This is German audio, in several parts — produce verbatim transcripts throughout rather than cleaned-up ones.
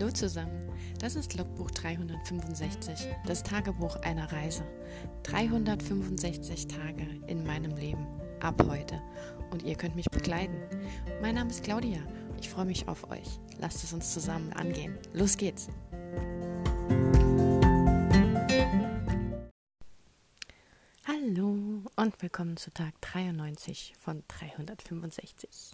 Hallo zusammen, das ist Logbuch dreihundertfünfundsechzig, das Tagebuch einer Reise. dreihundertfünfundsechzig Tage in meinem Leben, ab heute. Und ihr könnt mich begleiten. Mein Name ist Claudia, ich freue mich auf euch. Lasst es uns zusammen angehen. Los geht's! Hallo und willkommen zu Tag dreiundneunzig von dreihundertfünfundsechzig.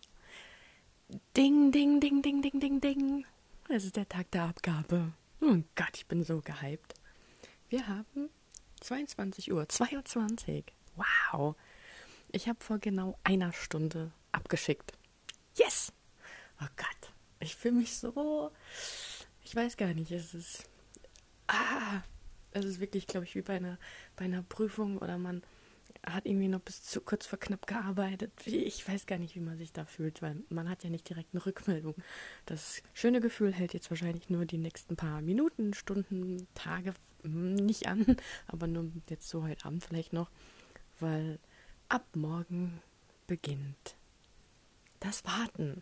Ding, ding, ding, ding, ding, ding, ding. Es ist der Tag der Abgabe. Oh Gott, ich bin so gehypt. Wir haben zweiundzwanzig Uhr zweiundzwanzig. Wow. Ich habe vor genau einer Stunde abgeschickt. Yes! Oh Gott, ich fühle mich so... Ich weiß gar nicht, es ist... Ah, es ist wirklich, glaube ich, wie bei einer, bei einer Prüfung oder man hat irgendwie noch bis zu kurz vor knapp gearbeitet. Ich weiß gar nicht, wie man sich da fühlt, weil man hat ja nicht direkt eine Rückmeldung. Das schöne Gefühl hält jetzt wahrscheinlich nur die nächsten paar Minuten, Stunden, Tage nicht an, aber nur jetzt so heute Abend vielleicht noch, weil ab morgen beginnt das Warten.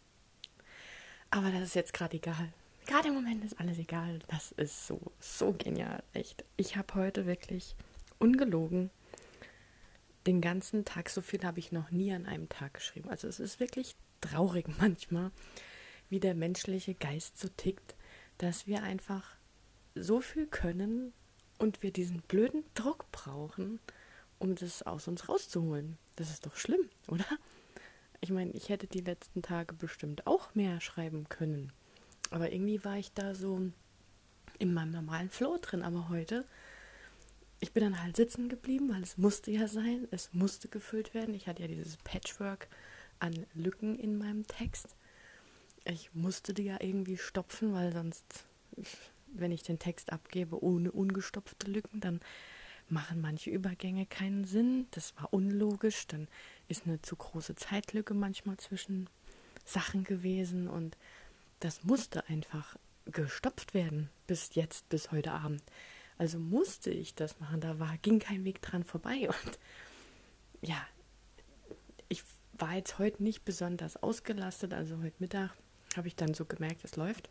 Aber das ist jetzt gerade egal. Gerade im Moment ist alles egal. Das ist so, so genial, echt. Ich habe heute wirklich ungelogen den ganzen Tag, so viel habe ich noch nie an einem Tag geschrieben. Also es ist wirklich traurig manchmal, wie der menschliche Geist so tickt, dass wir einfach so viel können und wir diesen blöden Druck brauchen, um das aus uns rauszuholen. Das ist doch schlimm, oder? Ich meine, ich hätte die letzten Tage bestimmt auch mehr schreiben können. Aber irgendwie war ich da so in meinem normalen Flow drin. Aber heute, ich bin dann halt sitzen geblieben, weil es musste ja sein. Es musste gefüllt werden. Ich hatte ja dieses Patchwork an Lücken in meinem Text. Ich musste die ja irgendwie stopfen, weil sonst, wenn ich den Text abgebe ohne ungestopfte Lücken, dann machen manche Übergänge keinen Sinn. Das war unlogisch. Dann ist eine zu große Zeitlücke manchmal zwischen Sachen gewesen und das musste einfach gestopft werden bis jetzt, bis heute Abend. Also musste ich das machen, da war, ging kein Weg dran vorbei. Und ja, ich war jetzt heute nicht besonders ausgelastet, also heute Mittag habe ich dann so gemerkt, es läuft.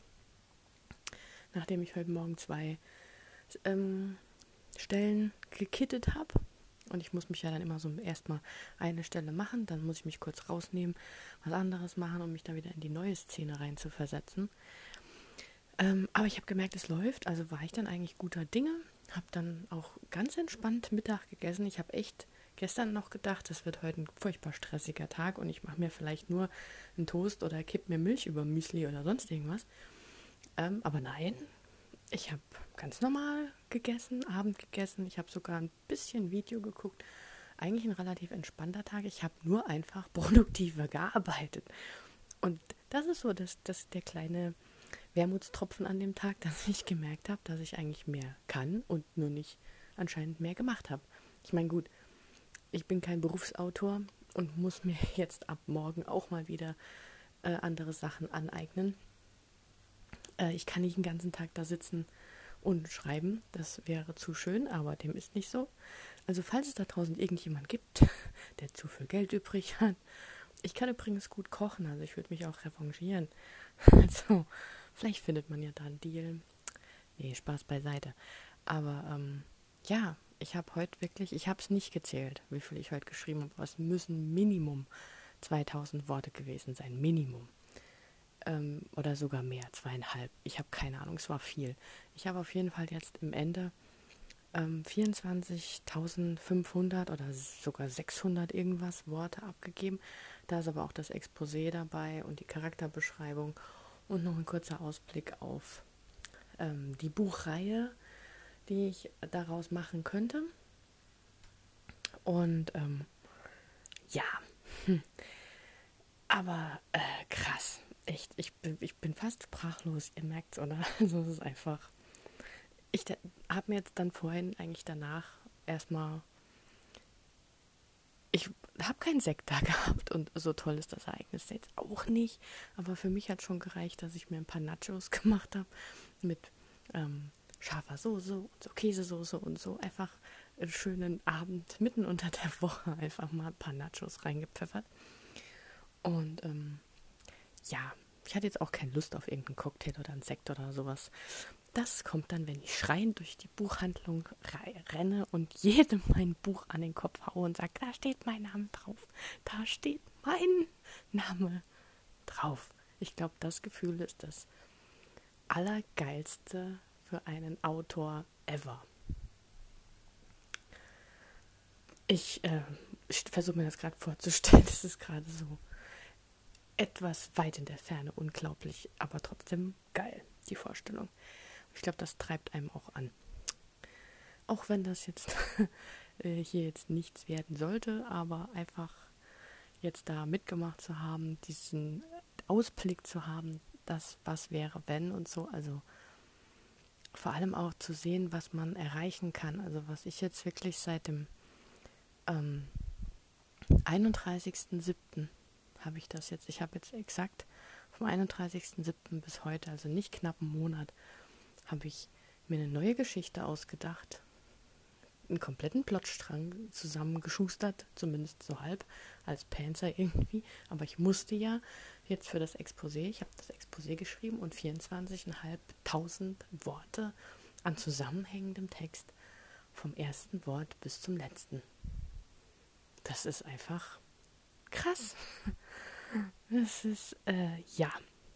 Nachdem ich heute Morgen zwei ähm, Stellen gekittet habe. Und ich muss mich ja dann immer so erstmal eine Stelle machen, dann muss ich mich kurz rausnehmen, was anderes machen, um mich dann wieder in die neue Szene rein zu versetzen. Ähm, aber ich habe gemerkt, es läuft, also war ich dann eigentlich guter Dinge, habe dann auch ganz entspannt Mittag gegessen. Ich habe echt gestern noch gedacht, das wird heute ein furchtbar stressiger Tag und ich mache mir vielleicht nur einen Toast oder kipp mir Milch über Müsli oder sonst irgendwas. Ähm, aber nein, ich habe ganz normal gegessen, Abend gegessen. Ich habe sogar ein bisschen Video geguckt. Eigentlich ein relativ entspannter Tag. Ich habe nur einfach produktiver gearbeitet. Und das ist so, dass, dass der kleine Wermutstropfen an dem Tag, dass ich gemerkt habe, dass ich eigentlich mehr kann und nur nicht anscheinend mehr gemacht habe. Ich meine, gut, ich bin kein Berufsautor und muss mir jetzt ab morgen auch mal wieder äh, andere Sachen aneignen. Ich kann nicht den ganzen Tag da sitzen und schreiben, das wäre zu schön, aber dem ist nicht so. Also falls es da draußen irgendjemand gibt, der zu viel Geld übrig hat, ich kann übrigens gut kochen, also ich würde mich auch revanchieren. Also vielleicht findet man ja da einen Deal. Nee, Spaß beiseite. Aber ähm, ja, ich habe heute wirklich, ich habe es nicht gezählt, wie viel ich heute geschrieben habe, aber es müssen Minimum zweitausend Worte gewesen sein, Minimum. Ähm, oder sogar mehr, zweieinhalb. Ich habe keine Ahnung, es war viel. Ich habe auf jeden Fall jetzt im Ende ähm, vierundzwanzigtausendfünfhundert oder sogar sechshundert irgendwas Worte abgegeben. Da ist aber auch das Exposé dabei und die Charakterbeschreibung und noch ein kurzer Ausblick auf ähm, die Buchreihe, die ich daraus machen könnte. Und ähm, ja, hm. aber äh, krass. Echt, ich bin, ich bin fast sprachlos, ihr merkt's, oder? Also es ist einfach... Ich habe mir jetzt dann vorhin eigentlich danach erstmal... Ich habe keinen Sekt da gehabt und so toll ist das Ereignis jetzt auch nicht. Aber für mich hat schon gereicht, dass ich mir ein paar Nachos gemacht habe mit ähm, scharfer Soße und so Käsesoße und so. Einfach einen schönen Abend mitten unter der Woche einfach mal ein paar Nachos reingepfeffert. Und ähm, ja, ich hatte jetzt auch keine Lust auf irgendeinen Cocktail oder einen Sekt oder sowas. Das kommt dann, wenn ich schreiend durch die Buchhandlung renne und jedem mein Buch an den Kopf haue und sage, da steht mein Name drauf. Da steht mein Name drauf. Ich glaube, das Gefühl ist das Allergeilste für einen Autor ever. Ich, äh, ich versuche mir das gerade vorzustellen. Das ist gerade so etwas weit in der Ferne, unglaublich, aber trotzdem geil, die Vorstellung. Ich glaube, das treibt einem auch an. Auch wenn das jetzt hier jetzt nichts werden sollte, aber einfach jetzt da mitgemacht zu haben, diesen Ausblick zu haben, das, was wäre, wenn und so, also vor allem auch zu sehen, was man erreichen kann. Also was ich jetzt wirklich seit dem ähm, einunddreißigsten siebten habe ich das jetzt, ich habe jetzt exakt vom einunddreißigsten siebten bis heute, also nicht knapp einen Monat, habe ich mir eine neue Geschichte ausgedacht, einen kompletten Plotstrang zusammengeschustert, zumindest so halb, als Panzer irgendwie, aber ich musste ja jetzt für das Exposé, ich habe das Exposé geschrieben und vierundzwanzigtausendfünfhundert Worte an zusammenhängendem Text vom ersten Wort bis zum letzten. Das ist einfach krass. Das ist, äh, ja.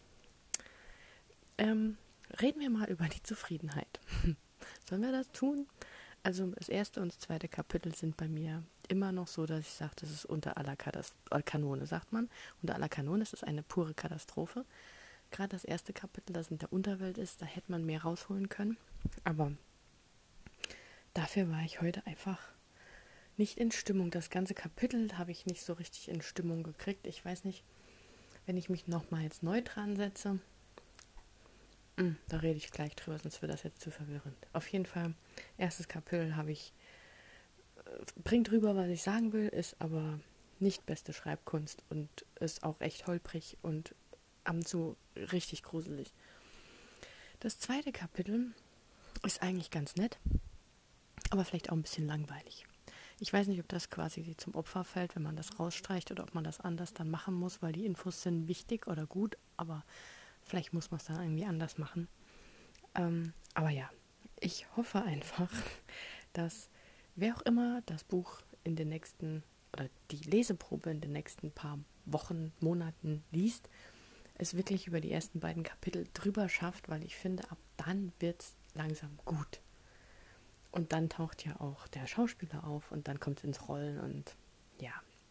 Ähm, reden wir mal über die Zufriedenheit. Sollen wir das tun? Also das erste und das zweite Kapitel sind bei mir immer noch so, dass ich sage, das ist unter aller Katast- äh, Kanone, sagt man. Unter aller Kanone ist es eine pure Katastrophe. Gerade das erste Kapitel, das in der Unterwelt ist, da hätte man mehr rausholen können. Aber dafür war ich heute einfach nicht in Stimmung. Das ganze Kapitel habe ich nicht so richtig in Stimmung gekriegt. Ich weiß nicht, wenn ich mich nochmal jetzt neu dran setze, mh, da rede ich gleich drüber, sonst wird das jetzt zu verwirrend. Auf jeden Fall, erstes Kapitel habe ich, äh, bringt rüber, was ich sagen will, ist aber nicht beste Schreibkunst und ist auch echt holprig und ab und zu richtig gruselig. Das zweite Kapitel ist eigentlich ganz nett, aber vielleicht auch ein bisschen langweilig. Ich weiß nicht, ob das quasi zum Opfer fällt, wenn man das rausstreicht oder ob man das anders dann machen muss, weil die Infos sind wichtig oder gut, aber vielleicht muss man es dann irgendwie anders machen. Ähm, aber ja, ich hoffe einfach, dass wer auch immer das Buch in den nächsten oder die Leseprobe in den nächsten paar Wochen, Monaten liest, es wirklich über die ersten beiden Kapitel drüber schafft, weil ich finde, ab dann wird es langsam gut. Und dann taucht ja auch der Schauspieler auf und dann kommt es ins Rollen und ja.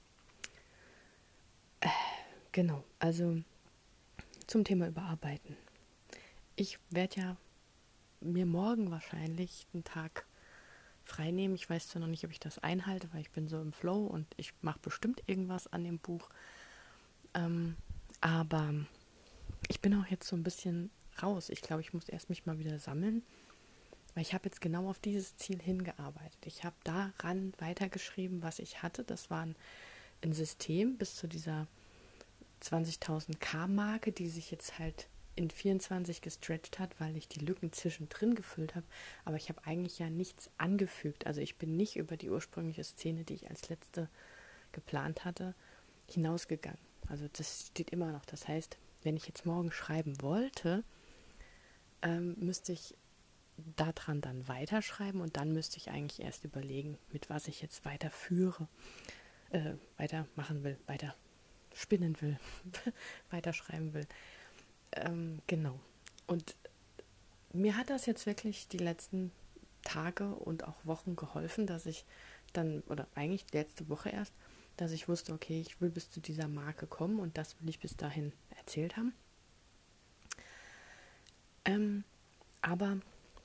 Äh, genau, also zum Thema Überarbeiten. Ich werde ja mir morgen wahrscheinlich einen Tag frei nehmen. Ich weiß zwar noch nicht, ob ich das einhalte, weil ich bin so im Flow und ich mache bestimmt irgendwas an dem Buch. Ähm, aber ich bin auch jetzt so ein bisschen raus. Ich glaube, ich muss erst mich mal wieder sammeln. Weil ich habe jetzt genau auf dieses Ziel hingearbeitet. Ich habe daran weitergeschrieben, was ich hatte. Das war ein, ein System bis zu dieser zwanzigtausend K-Marke, die sich jetzt halt in vierundzwanzig gestretcht hat, weil ich die Lücken zwischendrin gefüllt habe. Aber ich habe eigentlich ja nichts angefügt. Also ich bin nicht über die ursprüngliche Szene, die ich als letzte geplant hatte, hinausgegangen. Also das steht immer noch. Das heißt, wenn ich jetzt morgen schreiben wollte, ähm, müsste ich daran dann weiterschreiben und dann müsste ich eigentlich erst überlegen, mit was ich jetzt weiterführe, äh, weitermachen will, weiter spinnen will, weiterschreiben will. Ähm, genau. Und mir hat das jetzt wirklich die letzten Tage und auch Wochen geholfen, dass ich dann, oder eigentlich letzte Woche erst, dass ich wusste, okay, ich will bis zu dieser Marke kommen und das will ich bis dahin erzählt haben. Ähm, aber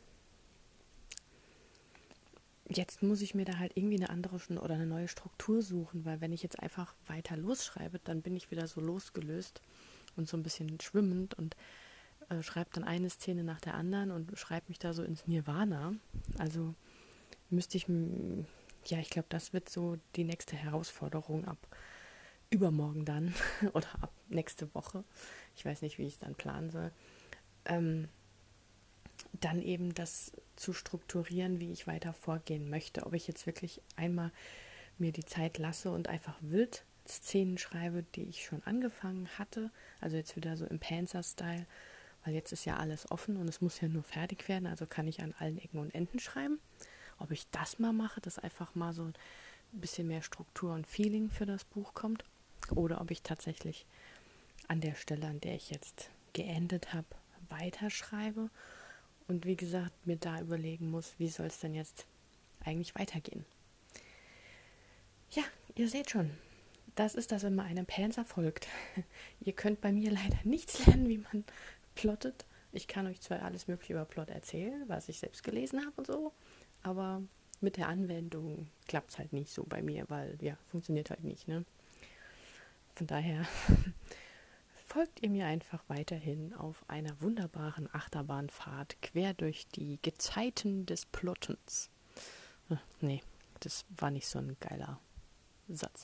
jetzt muss ich mir da halt irgendwie eine andere oder eine neue Struktur suchen, weil wenn ich jetzt einfach weiter losschreibe, dann bin ich wieder so losgelöst und so ein bisschen schwimmend und äh, schreibe dann eine Szene nach der anderen und schreibe mich da so ins Nirvana. Also müsste ich, ja, ich glaube, das wird so die nächste Herausforderung ab übermorgen dann oder ab nächste Woche. Ich weiß nicht, wie ich es dann planen soll. Ähm, dann eben das zu strukturieren, wie ich weiter vorgehen möchte. Ob ich jetzt wirklich einmal mir die Zeit lasse und einfach wild Szenen schreibe, die ich schon angefangen hatte, also jetzt wieder so im Panzer-Style, weil jetzt ist ja alles offen und es muss ja nur fertig werden, also kann ich an allen Ecken und Enden schreiben. Ob ich das mal mache, dass einfach mal so ein bisschen mehr Struktur und Feeling für das Buch kommt, oder ob ich tatsächlich an der Stelle, an der ich jetzt geendet habe, weiterschreibe und wie gesagt mir da überlegen muss, wie soll es denn jetzt eigentlich weitergehen. Ja, ihr seht schon, das ist das, wenn man einem Panzer folgt. Ihr könnt bei mir leider nichts lernen, wie man plottet. Ich kann euch zwar alles mögliche über Plot erzählen, was ich selbst gelesen habe und so, aber mit der Anwendung klappt es halt nicht so bei mir, weil ja, funktioniert halt nicht, ne? Von daher folgt ihr mir einfach weiterhin auf einer wunderbaren Achterbahnfahrt quer durch die Gezeiten des Plottens. Äh, nee, das war nicht so ein geiler Satz.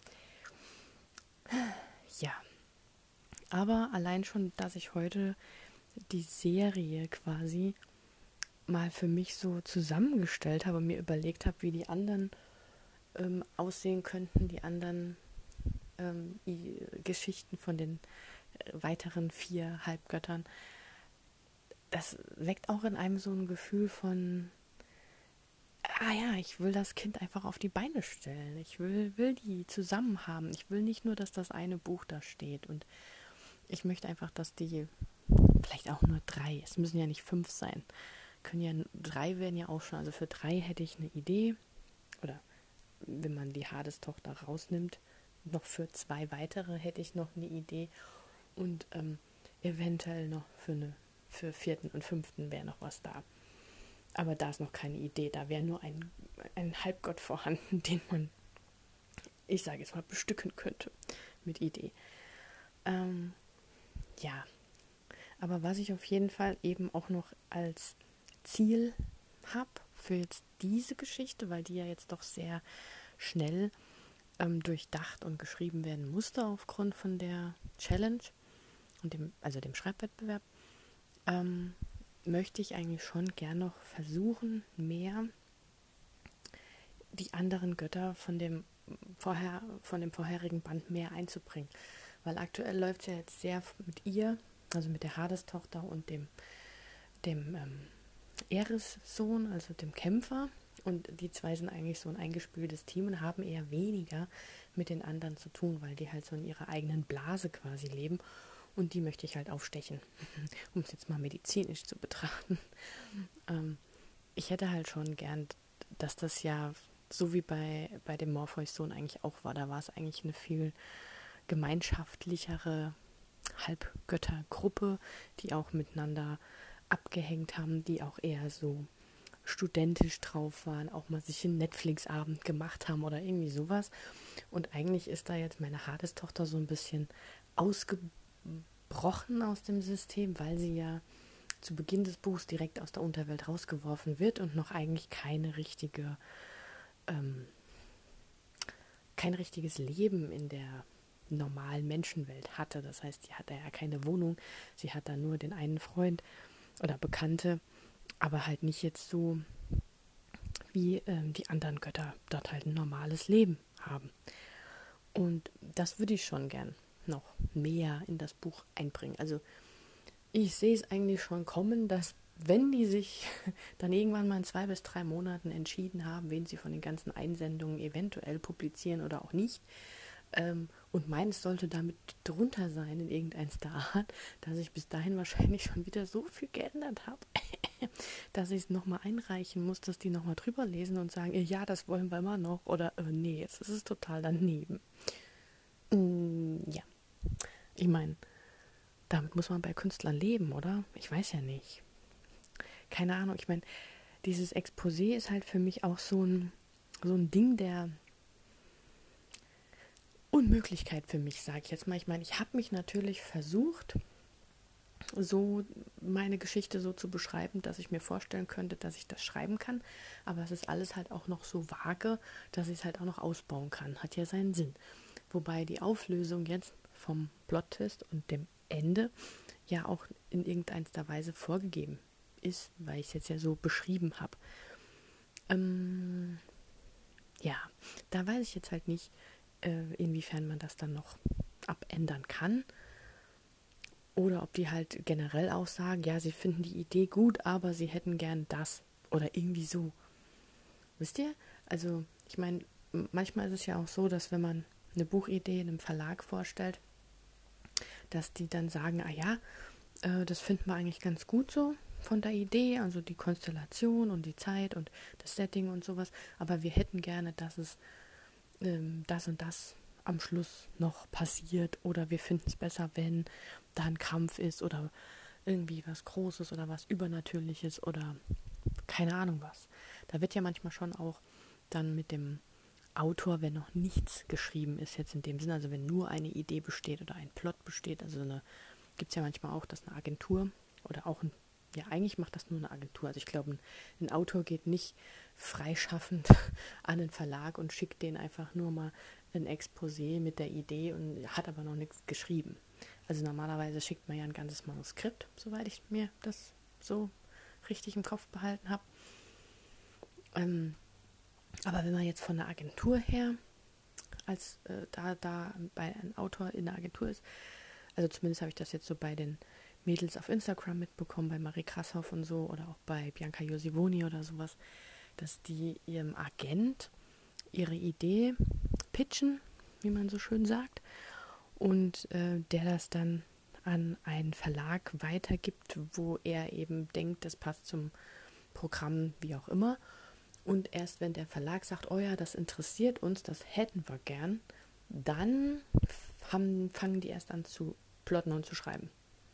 Ja, aber allein schon, dass ich heute die Serie quasi mal für mich so zusammengestellt habe und mir überlegt habe, wie die anderen ähm, aussehen könnten, die anderen ähm, die Geschichten von den äh, weiteren vier Halbgöttern. Das weckt auch in einem so ein Gefühl von, ah ja, ich will das Kind einfach auf die Beine stellen. Ich will, will die zusammen haben. Ich will nicht nur, dass das eine Buch da steht. Und ich möchte einfach, dass die, vielleicht auch nur drei, es müssen ja nicht fünf sein. Können ja, drei werden ja auch schon. Also für drei hätte ich eine Idee. Oder wenn man die Hades-Tochter rausnimmt, noch für zwei weitere hätte ich noch eine Idee. Und ähm, eventuell noch für eine, für vierten und fünften wäre noch was da. Aber da ist noch keine Idee. Da wäre nur ein, ein Halbgott vorhanden, den man, ich sage jetzt mal, bestücken könnte mit Idee. Ähm, ja, aber was ich auf jeden Fall eben auch noch als Ziel habe für jetzt diese Geschichte, weil die ja jetzt doch sehr schnell ähm, durchdacht und geschrieben werden musste aufgrund von der Challenge und dem, also dem Schreibwettbewerb, ähm, möchte ich eigentlich schon gern noch versuchen, mehr die anderen Götter von dem vorher, von dem vorherigen Band mehr einzubringen. Weil aktuell läuft es ja jetzt sehr mit ihr, also mit der Hades-Tochter und dem, dem ähm, Eris-Sohn, also dem Kämpfer. Und die zwei sind eigentlich so ein eingespieltes Team und haben eher weniger mit den anderen zu tun, weil die halt so in ihrer eigenen Blase quasi leben. Und die möchte ich halt aufstechen, um es jetzt mal medizinisch zu betrachten. Ähm, ich hätte halt schon gern, dass das ja, so wie bei, bei dem Morpheus-Sohn eigentlich auch war, da war es eigentlich eine viel gemeinschaftlichere Halbgöttergruppe, die auch miteinander abgehängt haben, die auch eher so studentisch drauf waren, auch mal sich einen Netflix-Abend gemacht haben oder irgendwie sowas. Und eigentlich ist da jetzt meine Hades-Tochter so ein bisschen ausgebrochen aus dem System, weil sie ja zu Beginn des Buchs direkt aus der Unterwelt rausgeworfen wird und noch eigentlich keine richtige, ähm, kein richtiges Leben in der normalen Menschenwelt hatte. Das heißt, sie hat da ja keine Wohnung, sie hat da nur den einen Freund oder Bekannte, aber halt nicht jetzt so, wie ähm, die anderen Götter dort halt ein normales Leben haben. Und das würde ich schon gern noch mehr in das Buch einbringen. Also ich sehe es eigentlich schon kommen, dass wenn die sich dann irgendwann mal in zwei bis drei Monaten entschieden haben, wen sie von den ganzen Einsendungen eventuell publizieren oder auch nicht, ähm, und meins sollte damit drunter sein in irgendeiner Art, dass ich bis dahin wahrscheinlich schon wieder so viel geändert habe, dass ich es nochmal einreichen muss, dass die nochmal drüber lesen und sagen, ja, das wollen wir immer noch, oder äh, nee, jetzt ist es total daneben. Mm, ja, ich meine, damit muss man bei Künstlern leben, oder? Ich weiß ja nicht. Keine Ahnung, ich meine, dieses Exposé ist halt für mich auch so ein, so ein Ding der Unmöglichkeit für mich, sage ich jetzt mal. Ich meine, ich habe mich natürlich versucht, so meine Geschichte so zu beschreiben, dass ich mir vorstellen könnte, dass ich das schreiben kann, aber es ist alles halt auch noch so vage, dass ich es halt auch noch ausbauen kann. Hat ja seinen Sinn. Wobei die Auflösung jetzt vom Plot-Twist und dem Ende ja auch in irgendeiner Weise vorgegeben ist, weil ich es jetzt ja so beschrieben habe. Ähm, ja, da weiß ich jetzt halt nicht, äh, inwiefern man das dann noch abändern kann. Oder ob die halt generell auch sagen, ja, sie finden die Idee gut, aber sie hätten gern das oder irgendwie so. Wisst ihr? Also, ich meine, manchmal ist es ja auch so, dass wenn man eine Buchidee einem Verlag vorstellt, dass die dann sagen, ah ja, äh, das finden wir eigentlich ganz gut so von der Idee, also die Konstellation und die Zeit und das Setting und sowas, aber wir hätten gerne, dass es ähm, das und das am Schluss noch passiert oder wir finden es besser, wenn da ein Kampf ist oder irgendwie was Großes oder was Übernatürliches oder keine Ahnung was. Da wird ja manchmal schon auch dann mit dem Autor, wenn noch nichts geschrieben ist, jetzt in dem Sinne, also wenn nur eine Idee besteht oder ein Plot besteht, also eine, gibt es ja manchmal auch, dass eine Agentur oder auch ein, ja eigentlich macht das nur eine Agentur, also ich glaube, ein, ein Autor geht nicht freischaffend an den Verlag und schickt denen einfach nur mal ein Exposé mit der Idee und hat aber noch nichts geschrieben. Also normalerweise schickt man ja ein ganzes Manuskript, soweit ich mir das so richtig im Kopf behalten habe. Ähm, aber wenn man jetzt von der Agentur her, als äh, da, da bei einem Autor in der Agentur ist, also zumindest habe ich das jetzt so bei den Mädels auf Instagram mitbekommen, bei Marie Krasshoff und so oder auch bei Bianca Josivoni oder sowas, dass die ihrem Agent ihre Idee pitchen, wie man so schön sagt, und äh, der das dann an einen Verlag weitergibt, wo er eben denkt, das passt zum Programm, wie auch immer. Und erst wenn der Verlag sagt, oh ja, das interessiert uns, das hätten wir gern, dann haben, fangen die erst an zu plotten und zu schreiben.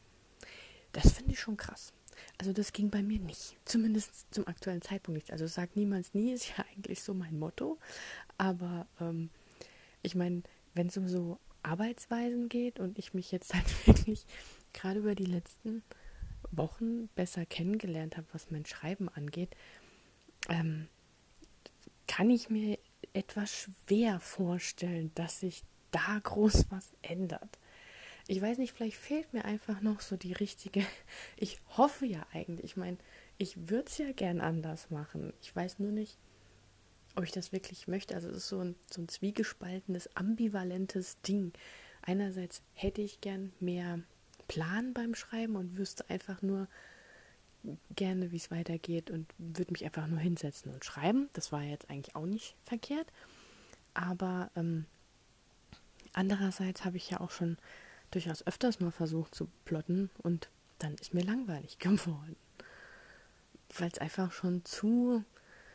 Das finde ich schon krass. Also das ging bei mir nicht. Zumindest zum aktuellen Zeitpunkt nicht. Also sag niemals nie, ist ja eigentlich so mein Motto. Aber ähm, ich meine, wenn es um so Arbeitsweisen geht und ich mich jetzt halt wirklich gerade über die letzten Wochen besser kennengelernt habe, was mein Schreiben angeht, ähm, kann ich mir etwas schwer vorstellen, dass sich da groß was ändert. Ich weiß nicht, vielleicht fehlt mir einfach noch so die richtige, ich hoffe ja eigentlich, ich meine, ich würde es ja gern anders machen. Ich weiß nur nicht, ob ich das wirklich möchte. Also es ist so ein, so ein zwiegespaltenes, ambivalentes Ding. Einerseits hätte ich gern mehr Plan beim Schreiben und wüsste einfach nur gerne, wie es weitergeht und würde mich einfach nur hinsetzen und schreiben. Das war jetzt eigentlich auch nicht verkehrt. Aber ähm, andererseits habe ich ja auch schon durchaus öfters mal versucht zu plotten und dann ist mir langweilig geworden. Weil es einfach schon zu,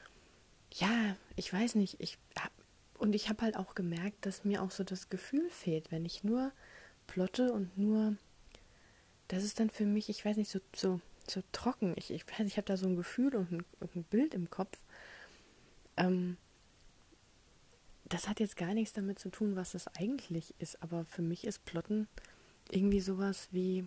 ja, ich weiß nicht, ich hab, und ich habe halt auch gemerkt, dass mir auch so das Gefühl fehlt, wenn ich nur plotte und nur, das ist dann für mich, ich weiß nicht, so, so, so trocken. Ich, ich weiß, ich habe da so ein Gefühl und ein, und ein Bild im Kopf. Ähm, das hat jetzt gar nichts damit zu tun, was es eigentlich ist, aber für mich ist Plotten irgendwie sowas wie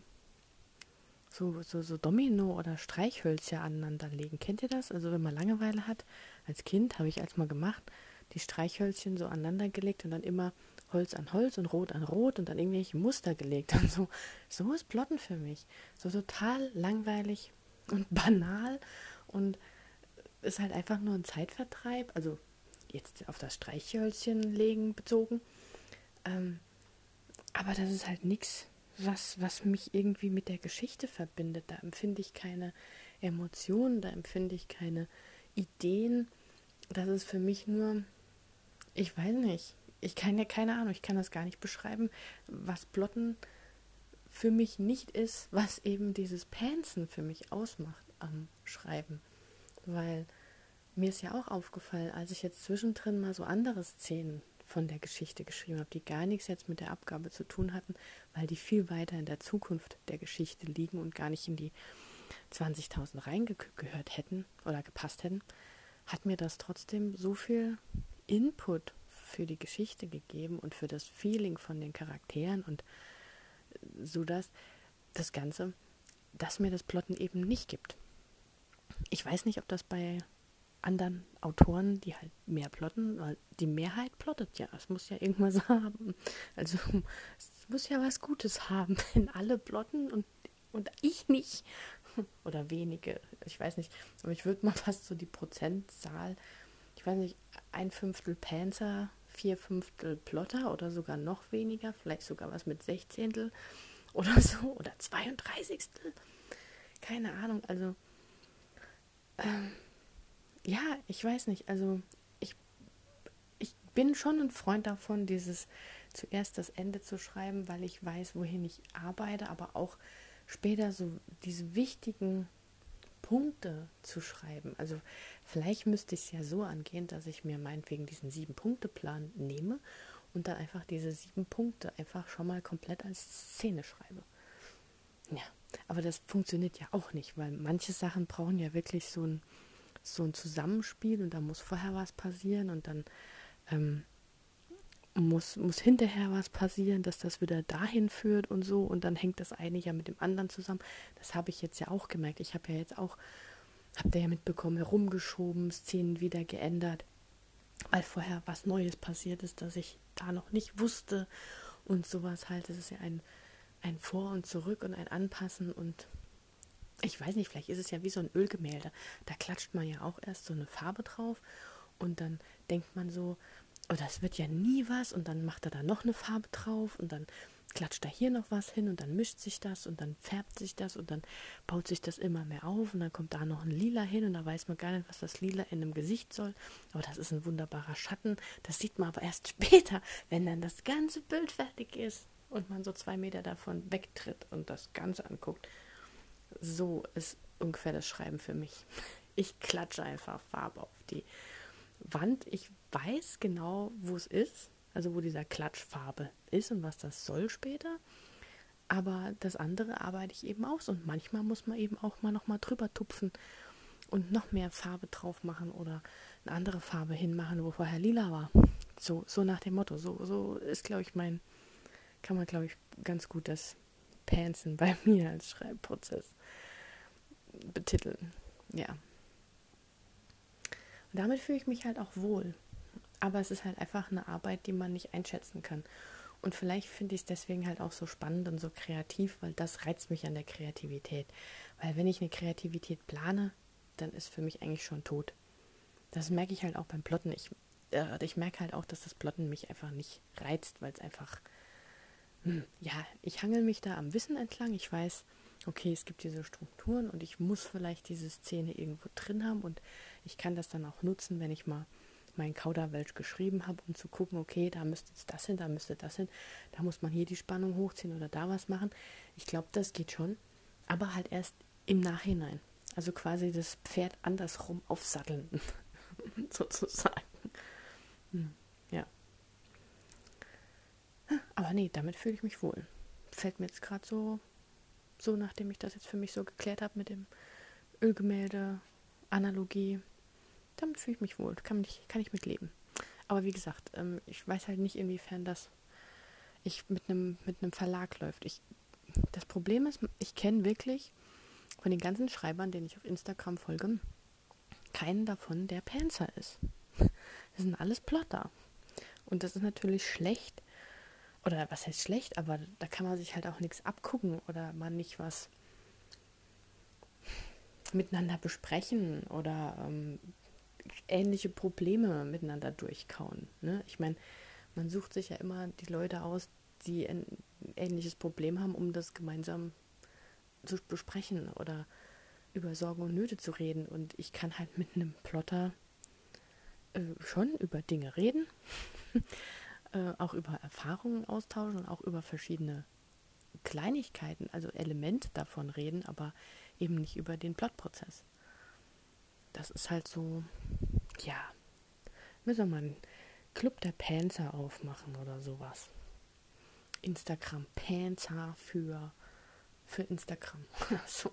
so, so, so Domino- oder Streichhölzer aneinanderlegen. Kennt ihr das? Also wenn man Langeweile hat, als Kind habe ich als mal gemacht, die Streichhölzchen so aneinandergelegt und dann immer Holz an Holz und Rot an Rot und dann irgendwelche Muster gelegt und so. So ist Plotten für mich. So total langweilig und banal und ist halt einfach nur ein Zeitvertreib. Also jetzt auf das Streichhölzchen legen bezogen. Ähm, aber das ist halt nichts, was, was mich irgendwie mit der Geschichte verbindet. Da empfinde ich keine Emotionen, da empfinde ich keine Ideen. Das ist für mich nur, ich weiß nicht, ich kann ja keine Ahnung, ich kann das gar nicht beschreiben, was Plotten für mich nicht ist, was eben dieses Pansen für mich ausmacht am Schreiben. Weil mir ist ja auch aufgefallen, als ich jetzt zwischendrin mal so andere Szenen von der Geschichte geschrieben habe, die gar nichts jetzt mit der Abgabe zu tun hatten, weil die viel weiter in der Zukunft der Geschichte liegen und gar nicht in die zwanzigtausend reingehört hätten oder gepasst hätten, hat mir das trotzdem so viel Input für die Geschichte gegeben und für das Feeling von den Charakteren und so dass das Ganze, dass mir das Plotten eben nicht gibt. Ich weiß nicht, ob das bei anderen Autoren, die halt mehr plotten, weil die Mehrheit plottet ja. Es muss ja irgendwas haben. Also es muss ja was Gutes haben, wenn alle plotten und, und ich nicht. Oder wenige. Ich weiß nicht. Aber ich würde mal fast so die Prozentzahl, ich weiß nicht, ein Fünftel Panzer, vier Fünftel Plotter oder sogar noch weniger, vielleicht sogar was mit Sechzehntel oder so oder zweiunddreißigstel. Keine Ahnung, also ähm, ja, ich weiß nicht, also ich, ich bin schon ein Freund davon, dieses zuerst das Ende zu schreiben, weil ich weiß, wohin ich arbeite, aber auch später so diese wichtigen Punkte zu schreiben. Also vielleicht müsste ich es ja so angehen, dass ich mir meinetwegen diesen Sieben-Punkte-Plan nehme und dann einfach diese sieben Punkte einfach schon mal komplett als Szene schreibe. Ja, aber das funktioniert ja auch nicht, weil manche Sachen brauchen ja wirklich so ein, so ein Zusammenspiel und da muss vorher was passieren und dann ähm, muss, muss hinterher was passieren, dass das wieder dahin führt und so und dann hängt das eine ja mit dem anderen zusammen. Das habe ich jetzt ja auch gemerkt. Ich habe ja jetzt auch, habt ihr ja mitbekommen, herumgeschoben, Szenen wieder geändert, weil vorher was Neues passiert ist, das ich da noch nicht wusste und sowas halt. Das ist ja ein, ein Vor und Zurück und ein Anpassen und ich weiß nicht, vielleicht ist es ja wie so ein Ölgemälde. Da klatscht man ja auch erst so eine Farbe drauf und dann denkt man so, oh, das wird ja nie was und dann macht er da noch eine Farbe drauf und dann klatscht da hier noch was hin und dann mischt sich das und dann färbt sich das und dann baut sich das immer mehr auf und dann kommt da noch ein Lila hin und da weiß man gar nicht, was das Lila in einem Gesicht soll. Aber das ist ein wunderbarer Schatten. Das sieht man aber erst später, wenn dann das ganze Bild fertig ist und man so zwei Meter davon wegtritt und das Ganze anguckt. So ist ungefähr das Schreiben für mich. Ich klatsche einfach Farbe auf die Wand. Ich weiß genau, wo es ist, also wo dieser Klatschfarbe ist und was das soll später. Aber das andere arbeite ich eben aus und manchmal muss man eben auch mal nochmal drüber tupfen und noch mehr Farbe drauf machen oder eine andere Farbe hinmachen, wo vorher lila war. So, so nach dem Motto. So, so ist, glaube ich, mein, kann man, glaube ich, ganz gut das Pansen bei mir als Schreibprozess betiteln. Ja. Und damit fühle ich mich halt auch wohl. Aber es ist halt einfach eine Arbeit, die man nicht einschätzen kann. Und vielleicht finde ich es deswegen halt auch so spannend und so kreativ, weil das reizt mich an der Kreativität. Weil wenn ich eine Kreativität plane, dann ist für mich eigentlich schon tot. Das merke ich halt auch beim Plotten. Ich, äh, ich merke halt auch, dass das Plotten mich einfach nicht reizt, weil es einfach, hm, ja, ich hangel mich da am Wissen entlang. Ich weiß, okay, es gibt diese Strukturen und ich muss vielleicht diese Szene irgendwo drin haben und ich kann das dann auch nutzen, wenn ich mal meinen Kauderwelsch geschrieben habe, um zu gucken, okay, da müsste jetzt das hin, da müsste das hin, da muss man hier die Spannung hochziehen oder da was machen. Ich glaube, das geht schon, aber halt erst im Nachhinein. Also quasi das Pferd andersrum aufsatteln, sozusagen. Hm, ja. Aber nee, damit fühle ich mich wohl. Fällt mir jetzt gerade so, so, nachdem ich das jetzt für mich so geklärt habe mit dem Ölgemälde, Analogie, damit fühle ich mich wohl, kann ich, kann ich mitleben. Aber wie gesagt, ähm, ich weiß halt nicht, inwiefern das ich mit einem mit einem Verlag läuft. Ich, das Problem ist, ich kenne wirklich von den ganzen Schreibern, denen ich auf Instagram folge, keinen davon, der Panzer ist. Das sind alles Plotter. Und das ist natürlich schlecht. Oder was heißt schlecht, aber da kann man sich halt auch nichts abgucken oder man nicht was miteinander besprechen oder ähm, ähnliche Probleme miteinander durchkauen. Ne? Ich meine, man sucht sich ja immer die Leute aus, die ein ähnliches Problem haben, um das gemeinsam zu besprechen oder über Sorgen und Nöte zu reden. Und ich kann halt mit einem Plotter äh, schon über Dinge reden, äh, auch über Erfahrungen austauschen und auch über verschiedene Kleinigkeiten, also Elemente davon reden, aber eben nicht über den Plotprozess. Das ist halt so, ja, müssen wir mal einen Club der Panzer aufmachen oder sowas. Instagram Panzer für, für Instagram. So.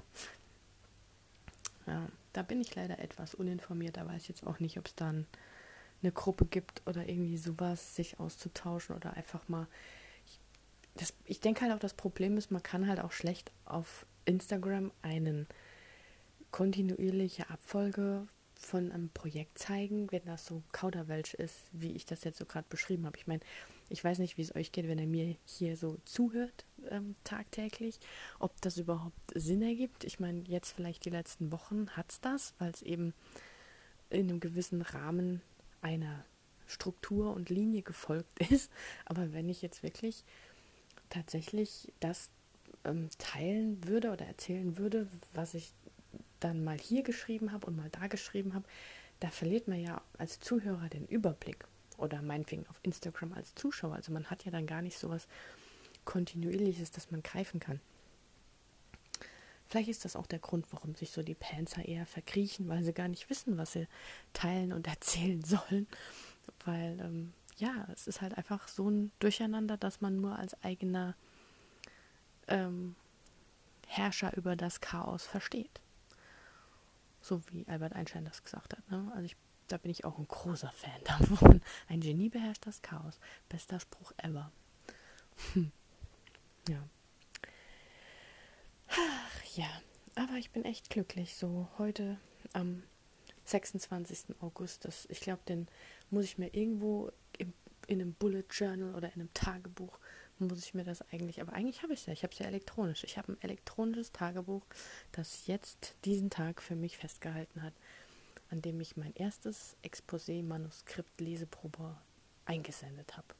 Ja, da bin ich leider etwas uninformiert, da weiß ich jetzt auch nicht, ob es dann eine Gruppe gibt oder irgendwie sowas, sich auszutauschen oder einfach mal. Ich, das, ich denke halt auch, das Problem ist, man kann halt auch schlecht auf Instagram einen kontinuierliche Abfolge von einem Projekt zeigen, wenn das so Kauderwelsch ist, wie ich das jetzt so gerade beschrieben habe. Ich meine, ich weiß nicht, wie es euch geht, wenn ihr mir hier so zuhört ähm, tagtäglich, ob das überhaupt Sinn ergibt. Ich meine, jetzt vielleicht die letzten Wochen hat es das, weil es eben in einem gewissen Rahmen einer Struktur und Linie gefolgt ist. Aber wenn ich jetzt wirklich tatsächlich das ähm, teilen würde oder erzählen würde, was ich dann mal hier geschrieben habe und mal da geschrieben habe, da verliert man ja als Zuhörer den Überblick. Oder meinetwegen auf Instagram als Zuschauer. Also man hat ja dann gar nicht so was Kontinuierliches, das man greifen kann. Vielleicht ist das auch der Grund, warum sich so die Panzer eher verkriechen, weil sie gar nicht wissen, was sie teilen und erzählen sollen. Weil, ähm, ja, es ist halt einfach so ein Durcheinander, dass man nur als eigener ähm, Herrscher über das Chaos versteht. So wie Albert Einstein das gesagt hat. Ne? Also ich, da bin ich auch ein großer Fan davon. Ein Genie beherrscht das Chaos. Bester Spruch ever. Hm. Ja. Ach ja, aber ich bin echt glücklich. So heute am sechsundzwanzigsten August. Das, ich glaube, den muss ich mir irgendwo im, in einem Bullet Journal oder in einem Tagebuch, muss ich mir das eigentlich, aber eigentlich habe ich es ja. Ich habe es ja elektronisch. Ich habe ein elektronisches Tagebuch, das jetzt diesen Tag für mich festgehalten hat, an dem ich mein erstes Exposé-Manuskript-Leseprobe eingesendet habe.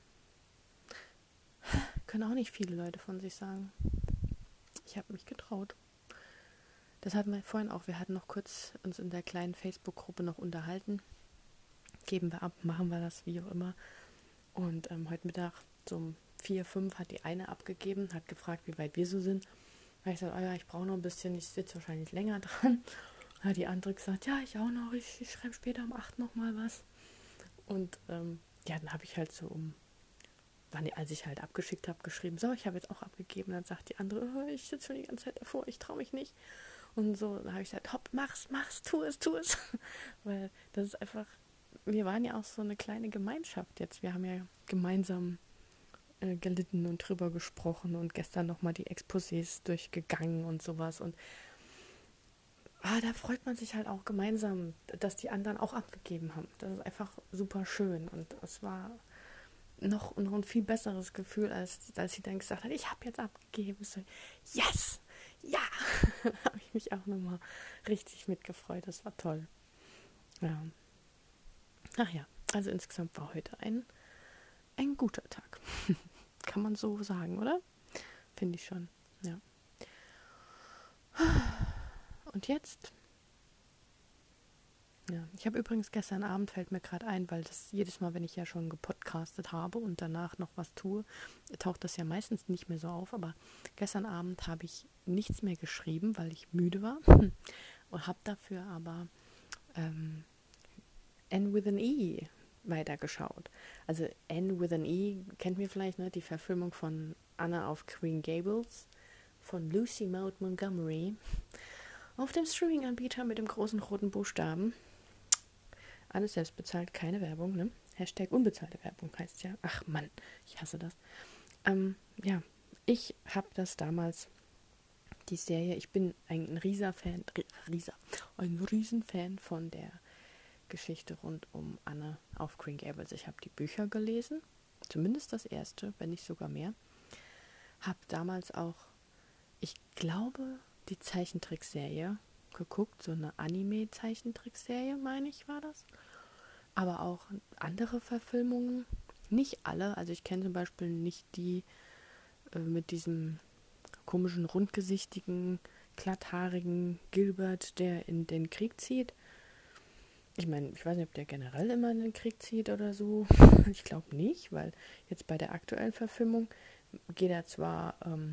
Können auch nicht viele Leute von sich sagen. Ich habe mich getraut. Das hatten wir vorhin auch. Wir hatten noch kurz uns in der kleinen Facebook-Gruppe noch unterhalten. Geben wir ab, machen wir das, wie auch immer. Und ähm, heute Mittag so um vier, fünf hat die eine abgegeben, hat gefragt, wie weit wir so sind. Da habe ich gesagt, oh ja, ich brauche noch ein bisschen, ich sitze wahrscheinlich länger dran. Da hat die andere gesagt, ja, ich auch noch, ich, ich schreibe später um acht noch mal was. Und ähm, ja, dann habe ich halt so um, wann, als ich halt abgeschickt habe, geschrieben, so, ich habe jetzt auch abgegeben. Dann sagt die andere, oh, ich sitze schon die ganze Zeit davor, ich traue mich nicht. Und so, dann habe ich gesagt, hopp, mach's, mach's, tu es, tu es. Weil das ist einfach, wir waren ja auch so eine kleine Gemeinschaft jetzt. Wir haben ja gemeinsam äh, gelitten und drüber gesprochen und gestern nochmal die Exposés durchgegangen und sowas. Und ah, da freut man sich halt auch gemeinsam, dass die anderen auch abgegeben haben. Das ist einfach super schön. Und es war noch, noch ein viel besseres Gefühl, als, als sie dann gesagt hat, ich habe jetzt abgegeben. So, yes! Ja! Da habe ich mich auch nochmal richtig mitgefreut. Das war toll. Ja. Ach ja, also insgesamt war heute ein, ein guter Tag. Kann man so sagen, oder? Finde ich schon, ja. Und jetzt? Ja, ich habe übrigens gestern Abend, fällt mir gerade ein, weil das jedes Mal, wenn ich ja schon gepodcastet habe und danach noch was tue, taucht das ja meistens nicht mehr so auf, aber gestern Abend habe ich nichts mehr geschrieben, weil ich müde war und habe dafür aber ähm, Anne with an E weitergeschaut. Also Anne with an E kennt ihr vielleicht, ne? Die Verfilmung von Anna auf Green Gables von Lucy Maud Montgomery auf dem Streaming-Anbieter mit dem großen roten Buchstaben. Alles selbst bezahlt, keine Werbung, ne? Hashtag unbezahlte Werbung heißt ja. Ach Mann, ich hasse das. Ähm, ja, ich habe das damals, die Serie, ich bin ein Rieser-Fan, Rieser, ein Riesenfan von der Geschichte rund um Anne auf Green Gables. Ich habe die Bücher gelesen, zumindest das erste, wenn nicht sogar mehr. Habe damals auch, ich glaube, die Zeichentrickserie geguckt, so eine Anime-Zeichentrickserie, meine ich, war das. Aber auch andere Verfilmungen, nicht alle, also ich kenne zum Beispiel nicht die äh, mit diesem komischen, rundgesichtigen, glatthaarigen Gilbert, der in den Krieg zieht. Ich meine, ich weiß nicht, ob der generell immer in den Krieg zieht oder so. Ich glaube nicht, weil jetzt bei der aktuellen Verfilmung geht er zwar ähm,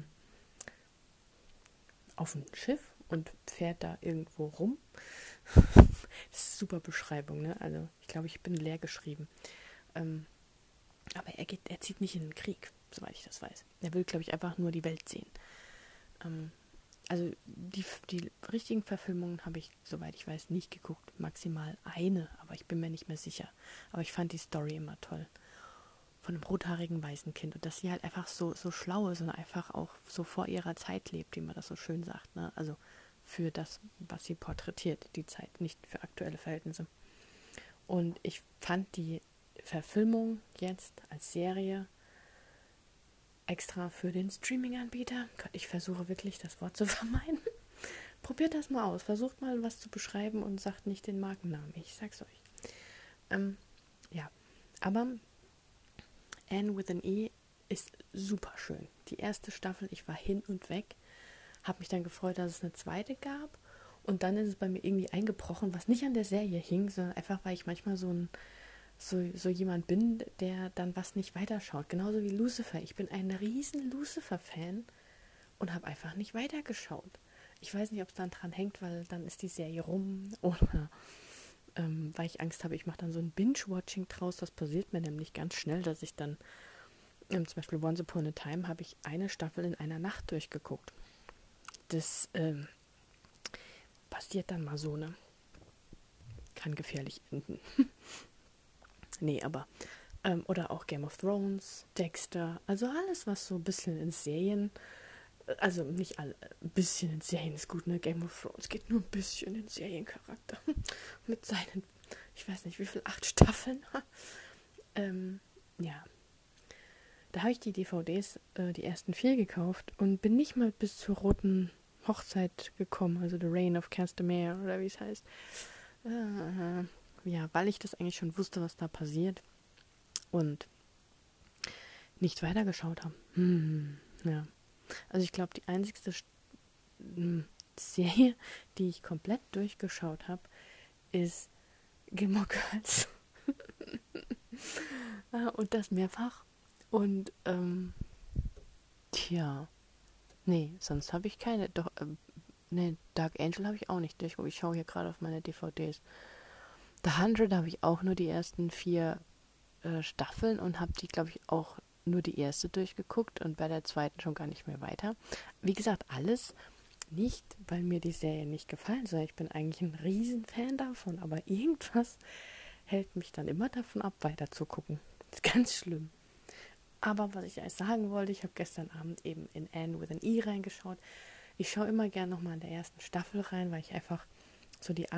auf ein Schiff und fährt da irgendwo rum. Das ist eine super Beschreibung, ne? Also ich glaube, ich bin leer geschrieben. Ähm, aber er geht, er zieht nicht in den Krieg, soweit ich das weiß. Er will, glaube ich, einfach nur die Welt sehen. Ähm, also die, die richtigen Verfilmungen habe ich, soweit ich weiß, nicht geguckt. Maximal eine, aber ich bin mir nicht mehr sicher. Aber ich fand die Story immer toll. Von einem rothaarigen weißen Kind. Und dass sie halt einfach so, so schlau ist und einfach auch so vor ihrer Zeit lebt, wie man das so schön sagt. Ne? Also für das, was sie porträtiert, die Zeit, nicht für aktuelle Verhältnisse. Und ich fand die Verfilmung jetzt als Serie extra für den Streaming-Anbieter. Gott, ich versuche wirklich, das Wort zu vermeiden. Probiert das mal aus. Versucht mal, was zu beschreiben und sagt nicht den Markennamen. Ich sag's euch. Ähm, ja, aber Anne with an E ist super schön. Die erste Staffel, ich war hin und weg, habe mich dann gefreut, dass es eine zweite gab und dann ist es bei mir irgendwie eingebrochen, was nicht an der Serie hing, sondern einfach, weil ich manchmal so ein so, so jemand bin, der dann was nicht weiterschaut. Genauso wie Lucifer. Ich bin ein riesen Lucifer-Fan und habe einfach nicht weitergeschaut. Ich weiß nicht, ob es dann dran hängt, weil dann ist die Serie rum oder ähm, weil ich Angst habe, ich mache dann so ein Binge-Watching draus. Das passiert mir nämlich ganz schnell, dass ich dann, ähm, zum Beispiel Once Upon a Time, habe ich eine Staffel in einer Nacht durchgeguckt. Das ähm, passiert dann mal so, ne? Kann gefährlich enden. Nee, aber ähm, oder auch Game of Thrones, Dexter, also alles, was so ein bisschen in Serien, also nicht alle, ein bisschen in Serien ist gut, ne? Game of Thrones geht nur ein bisschen in Seriencharakter. Mit seinen, ich weiß nicht, wie viel, acht Staffeln. ähm, ja. Da habe ich die D V Ds, äh, die ersten vier gekauft und bin nicht mal bis zur roten Hochzeit gekommen, also The Reign of Castamere oder wie es heißt. Äh, ja, weil ich das eigentlich schon wusste, was da passiert und nicht weitergeschaut habe. Hm, ja. Also ich glaube, die einzigste St- hm, Serie, die ich komplett durchgeschaut habe, ist Gilmore Girls. Und das mehrfach. Und, ähm, tja, nee, sonst habe ich keine. Doch, ähm, nee, Dark Angel habe ich auch nicht durchgeguckt. Ich schaue hier gerade auf meine D V Ds. The Hundred habe ich auch nur die ersten vier äh, Staffeln und habe die, glaube ich, auch nur die erste durchgeguckt und bei der zweiten schon gar nicht mehr weiter. Wie gesagt, alles nicht, weil mir die Serie nicht gefallen, sondern ich bin eigentlich ein Riesenfan davon, aber irgendwas hält mich dann immer davon ab, weiter zu gucken. Das ist ganz schlimm. Aber was ich euch sagen wollte, ich habe gestern Abend eben in Anne with an E reingeschaut. Ich schaue immer gerne nochmal in der ersten Staffel rein, weil ich einfach so die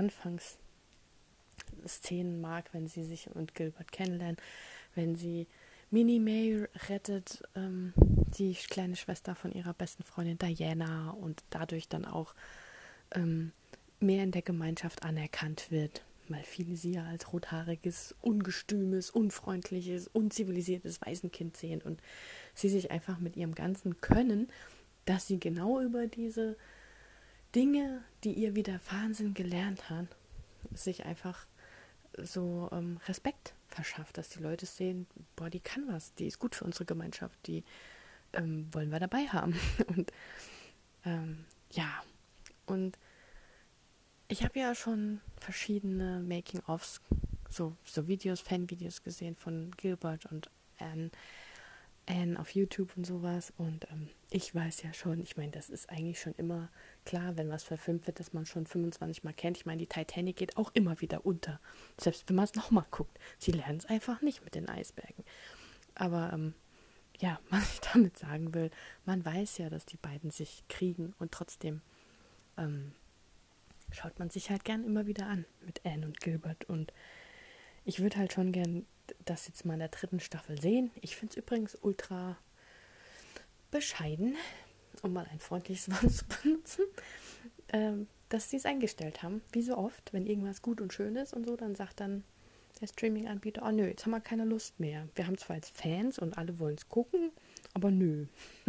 Anfangsszenen mag, wenn sie sich und Gilbert kennenlernen, wenn sie Minnie May rettet, ähm, die kleine Schwester von ihrer besten Freundin Diana und dadurch dann auch ähm, mehr in der Gemeinschaft anerkannt wird, weil viele sie ja als rothaariges, ungestümes, unfreundliches, unzivilisiertes Waisenkind sehen und sie sich einfach mit ihrem ganzen Können, dass sie genau über diese Dinge, die ihr widerfahren sind, gelernt hat, sich einfach so ähm, Respekt verschafft, dass die Leute sehen, boah, die kann was, die ist gut für unsere Gemeinschaft, die ähm, wollen wir dabei haben. Und ähm, ja, und ich habe ja schon verschiedene Making-ofs, so, so Videos, Fan-Videos gesehen von Gilbert und Anne, Anne auf YouTube und sowas. Und ähm, ich weiß ja schon, ich meine, das ist eigentlich schon immer klar, wenn was verfilmt wird, dass man schon fünfundzwanzig Mal kennt. Ich meine, die Titanic geht auch immer wieder unter. Selbst wenn man es nochmal guckt. Sie lernen es einfach nicht mit den Eisbergen. Aber ähm, ja, was ich damit sagen will, man weiß ja, dass die beiden sich kriegen und trotzdem ähm, schaut man sich halt gern immer wieder an mit Anne und Gilbert. Und ich würde halt schon gern das jetzt mal in der dritten Staffel sehen. Ich finde es übrigens ultra bescheiden, um mal ein freundliches Wort zu benutzen, ähm, dass sie es eingestellt haben. Wie so oft, wenn irgendwas gut und schön ist und so, dann sagt dann der Streaming-Anbieter, oh nö, jetzt haben wir keine Lust mehr. Wir haben zwar jetzt Fans und alle wollen es gucken, aber nö.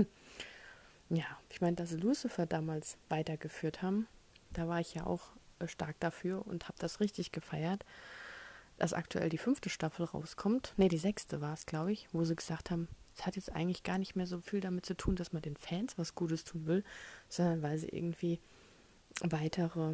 Ja, ich meine, dass sie Lucifer damals weitergeführt haben, da war ich ja auch äh, stark dafür und habe das richtig gefeiert, dass aktuell die fünfte Staffel rauskommt. Ne, die sechste war es, glaube ich, wo sie gesagt haben, es hat jetzt eigentlich gar nicht mehr so viel damit zu tun, dass man den Fans was Gutes tun will, sondern weil sie irgendwie weitere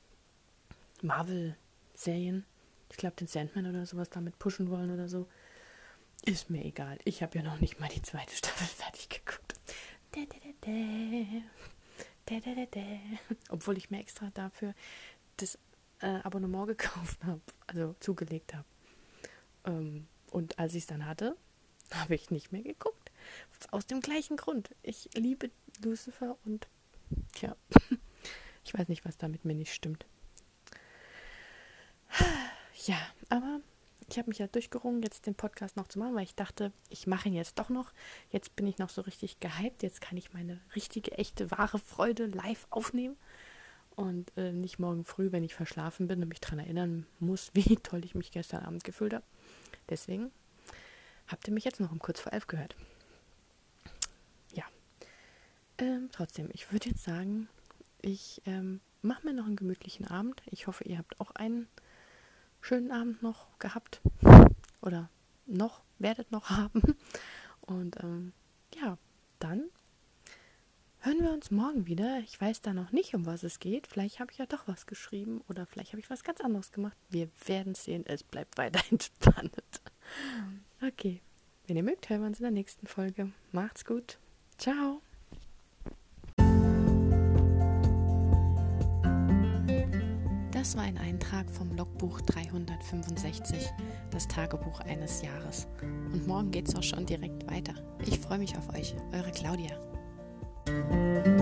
Marvel-Serien, ich glaube den Sandman oder sowas damit pushen wollen oder so. Ist mir egal. Ich habe ja noch nicht mal die zweite Staffel fertig geguckt. Da, da, da, da. Da, da, da, da. Obwohl ich mir extra dafür das äh, Abonnement gekauft habe, also zugelegt habe. Ähm, und als ich es dann hatte, habe ich nicht mehr geguckt. Aus dem gleichen Grund. Ich liebe Lucifer und tja, ich weiß nicht, was da mit mir nicht stimmt. Ja, aber ich habe mich ja durchgerungen, jetzt den Podcast noch zu machen, weil ich dachte, ich mache ihn jetzt doch noch. Jetzt bin ich noch so richtig gehypt. Jetzt kann ich meine richtige, echte, wahre Freude live aufnehmen. Und äh, nicht morgen früh, wenn ich verschlafen bin und mich daran erinnern muss, wie toll ich mich gestern Abend gefühlt habe. Deswegen habt ihr mich jetzt noch um kurz vor elf gehört. Ja, ähm, trotzdem, ich würde jetzt sagen, ich ähm, mache mir noch einen gemütlichen Abend. Ich hoffe, ihr habt auch einen schönen Abend noch gehabt oder noch, werdet noch haben. Und ähm, ja, dann hören wir uns morgen wieder. Ich weiß da noch nicht, um was es geht. Vielleicht habe ich ja doch was geschrieben oder vielleicht habe ich was ganz anderes gemacht. Wir werden sehen. Es bleibt weiterhin spannend. Okay, wenn ihr mögt, hören wir uns in der nächsten Folge. Macht's gut. Ciao. Das war ein Eintrag vom Logbuch dreihundertfünfundsechzig, das Tagebuch eines Jahres. Und morgen geht's auch schon direkt weiter. Ich freue mich auf euch, eure Claudia.